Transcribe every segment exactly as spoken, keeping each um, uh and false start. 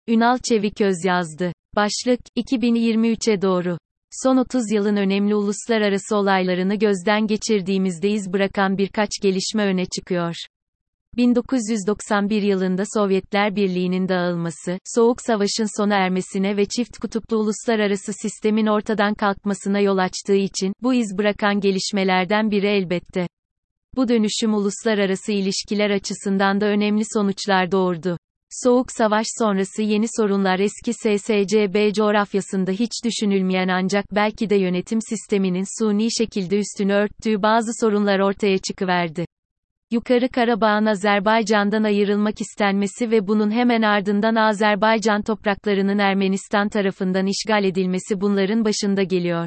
Ünal Çeviköz yazdı. Başlık, iki bin yirmi üçe doğru. Son otuz yılın önemli uluslararası olaylarını gözden geçirdiğimizde iz bırakan birkaç gelişme öne çıkıyor. bin dokuz yüz doksan bir yılında Sovyetler Birliği'nin dağılması, Soğuk Savaş'ın sona ermesine ve çift kutuplu uluslararası sistemin ortadan kalkmasına yol açtığı için, bu iz bırakan gelişmelerden biri elbette. Bu dönüşüm uluslararası ilişkiler açısından da önemli sonuçlar doğurdu. Soğuk Savaş sonrası yeni sorunlar eski S S C B coğrafyasında hiç düşünülmeyen ancak belki de yönetim sisteminin suni şekilde üstünü örttüğü bazı sorunlar ortaya çıkıverdi. Yukarı Karabağ'ın Azerbaycan'dan ayrılmak istenmesi ve bunun hemen ardından Azerbaycan topraklarının Ermenistan tarafından işgal edilmesi bunların başında geliyor.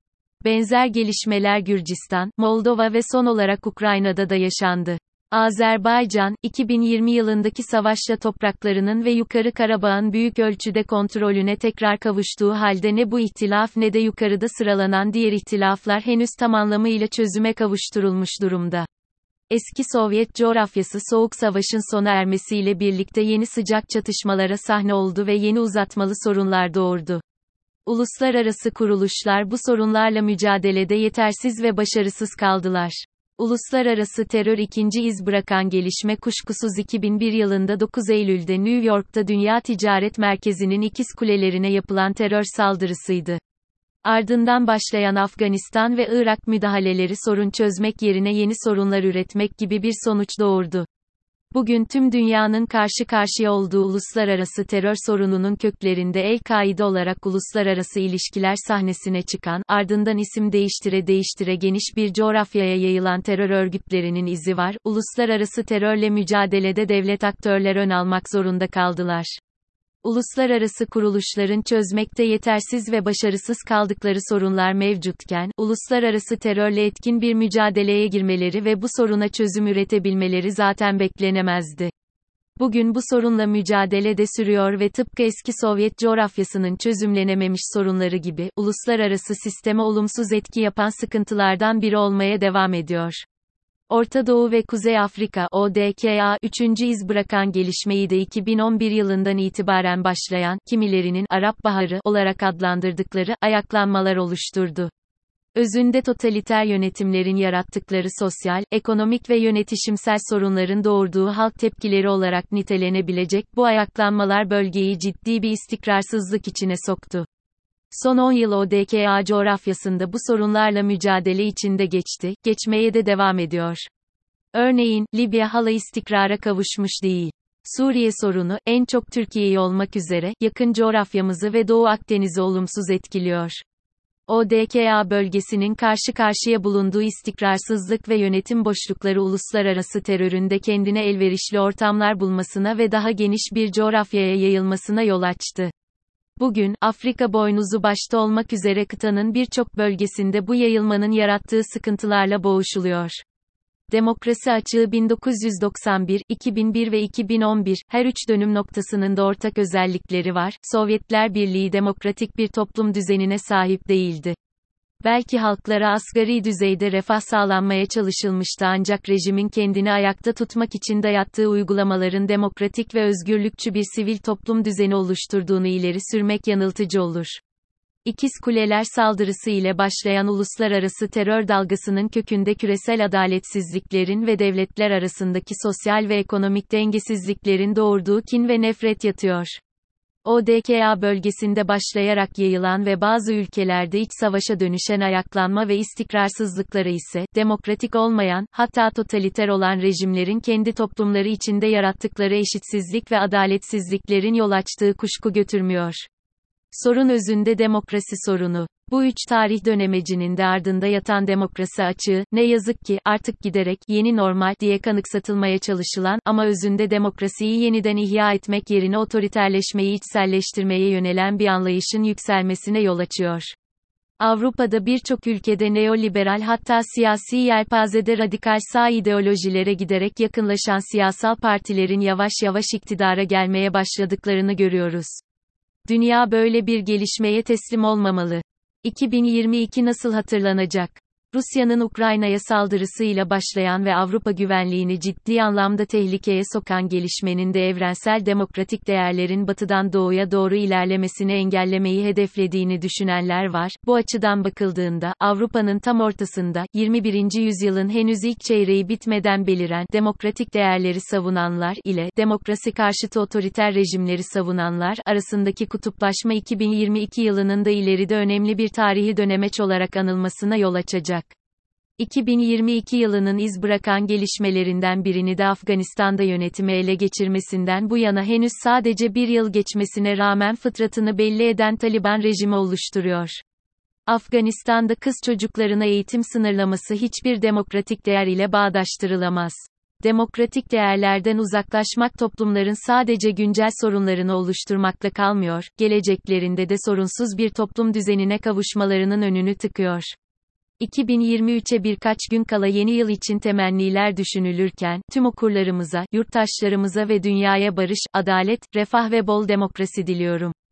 Benzer gelişmeler Gürcistan, Moldova ve son olarak Ukrayna'da da yaşandı. Azerbaycan, iki bin yirmi yılındaki savaşla topraklarının ve Yukarı Karabağ'ın büyük ölçüde kontrolüne tekrar kavuştuğu halde ne bu ihtilaf ne de yukarıda sıralanan diğer ihtilaflar henüz tam anlamıyla çözüme kavuşturulmuş durumda. Eski Sovyet coğrafyası Soğuk Savaş'ın sona ermesiyle birlikte yeni sıcak çatışmalara sahne oldu ve yeni uzatmalı sorunlar doğurdu. Uluslararası kuruluşlar bu sorunlarla mücadelede yetersiz ve başarısız kaldılar. Uluslararası terör ikinci iz bırakan gelişme kuşkusuz iki bin bir yılında dokuz Eylül'de New York'ta Dünya Ticaret Merkezi'nin ikiz kulelerine yapılan terör saldırısıydı. Ardından başlayan Afganistan ve Irak müdahaleleri sorun çözmek yerine yeni sorunlar üretmek gibi bir sonuç doğurdu. Bugün tüm dünyanın karşı karşıya olduğu uluslararası terör sorununun köklerinde El-Kaide olarak uluslararası ilişkiler sahnesine çıkan, ardından isim değiştire değiştire geniş bir coğrafyaya yayılan terör örgütlerinin izi var. Uluslararası terörle mücadelede devlet aktörler ön almak zorunda kaldılar. Uluslararası kuruluşların çözmekte yetersiz ve başarısız kaldıkları sorunlar mevcutken, uluslararası terörle etkin bir mücadeleye girmeleri ve bu soruna çözüm üretebilmeleri zaten beklenemezdi. Bugün bu sorunla mücadele de sürüyor ve tıpkı eski Sovyet coğrafyasının çözümlenememiş sorunları gibi, uluslararası sisteme olumsuz etki yapan sıkıntılardan biri olmaya devam ediyor. Orta Doğu ve Kuzey Afrika O D K A üçüncü iz bırakan gelişmeyi de iki bin on bir yılından itibaren başlayan, kimilerinin Arap Baharı olarak adlandırdıkları ayaklanmalar oluşturdu. Özünde totaliter yönetimlerin yarattıkları sosyal, ekonomik ve yönetişimsel sorunların doğurduğu halk tepkileri olarak nitelenebilecek bu ayaklanmalar bölgeyi ciddi bir istikrarsızlık içine soktu. Son on yıl O D K A coğrafyasında bu sorunlarla mücadele içinde geçti, geçmeye de devam ediyor. Örneğin, Libya hala istikrara kavuşmuş değil. Suriye sorunu, en çok Türkiye'yi olmak üzere, yakın coğrafyamızı ve Doğu Akdeniz'i olumsuz etkiliyor. O D K A bölgesinin karşı karşıya bulunduğu istikrarsızlık ve yönetim boşlukları uluslararası terörün de kendine elverişli ortamlar bulmasına ve daha geniş bir coğrafyaya yayılmasına yol açtı. Bugün, Afrika boynuzu başta olmak üzere kıtanın birçok bölgesinde bu yayılmanın yarattığı sıkıntılarla boğuşuluyor. Demokrasi açığı bin dokuz yüz doksan bir, iki bin bir ve iki bin on bir, her üç dönüm noktasının da ortak özellikleri var. Sovyetler Birliği demokratik bir toplum düzenine sahip değildi. Belki halklara asgari düzeyde refah sağlanmaya çalışılmıştı ancak rejimin kendini ayakta tutmak için dayattığı uygulamaların demokratik ve özgürlükçü bir sivil toplum düzeni oluşturduğunu ileri sürmek yanıltıcı olur. İkiz Kuleler saldırısı ile başlayan uluslararası terör dalgasının kökünde küresel adaletsizliklerin ve devletler arasındaki sosyal ve ekonomik dengesizliklerin doğurduğu kin ve nefret yatıyor. O D K A bölgesinde başlayarak yayılan ve bazı ülkelerde iç savaşa dönüşen ayaklanma ve istikrarsızlıkları ise, demokratik olmayan, hatta totaliter olan rejimlerin kendi toplumları içinde yarattıkları eşitsizlik ve adaletsizliklerin yol açtığı kuşku götürmüyor. Sorun özünde demokrasi sorunu. Bu üç tarih dönemecinin de ardında yatan demokrasi açığı, ne yazık ki, artık giderek, yeni normal, diye kanıksatılmaya çalışılan, ama özünde demokrasiyi yeniden ihya etmek yerine otoriterleşmeyi içselleştirmeye yönelen bir anlayışın yükselmesine yol açıyor. Avrupa'da birçok ülkede neoliberal hatta siyasi yelpazede radikal sağ ideolojilere giderek yakınlaşan siyasal partilerin yavaş yavaş iktidara gelmeye başladıklarını görüyoruz. Dünya böyle bir gelişmeye teslim olmamalı. iki bin yirmi iki nasıl hatırlanacak? Rusya'nın Ukrayna'ya saldırısıyla başlayan ve Avrupa güvenliğini ciddi anlamda tehlikeye sokan gelişmenin de evrensel demokratik değerlerin batıdan doğuya doğru ilerlemesini engellemeyi hedeflediğini düşünenler var. Bu açıdan bakıldığında, Avrupa'nın tam ortasında, yirmi birinci yüzyılın henüz ilk çeyreği bitmeden beliren, demokratik değerleri savunanlar ile, demokrasi karşıtı otoriter rejimleri savunanlar arasındaki kutuplaşma iki bin yirmi iki yılının da ileride önemli bir tarihi dönemeç olarak anılmasına yol açacak. iki bin yirmi iki yılının iz bırakan gelişmelerinden birini de Afganistan'da yönetimi ele geçirmesinden bu yana henüz sadece bir yıl geçmesine rağmen fıtratını belli eden Taliban rejimi oluşturuyor. Afganistan'da kız çocuklarına eğitim sınırlaması hiçbir demokratik değer ile bağdaştırılamaz. Demokratik değerlerden uzaklaşmak toplumların sadece güncel sorunlarını oluşturmakla kalmıyor, geleceklerinde de sorunsuz bir toplum düzenine kavuşmalarının önünü tıkıyor. iki bin yirmi üçe birkaç gün kala yeni yıl için temenniler düşünülürken, tüm okurlarımıza, yurttaşlarımıza ve dünyaya barış, adalet, refah ve bol demokrasi diliyorum.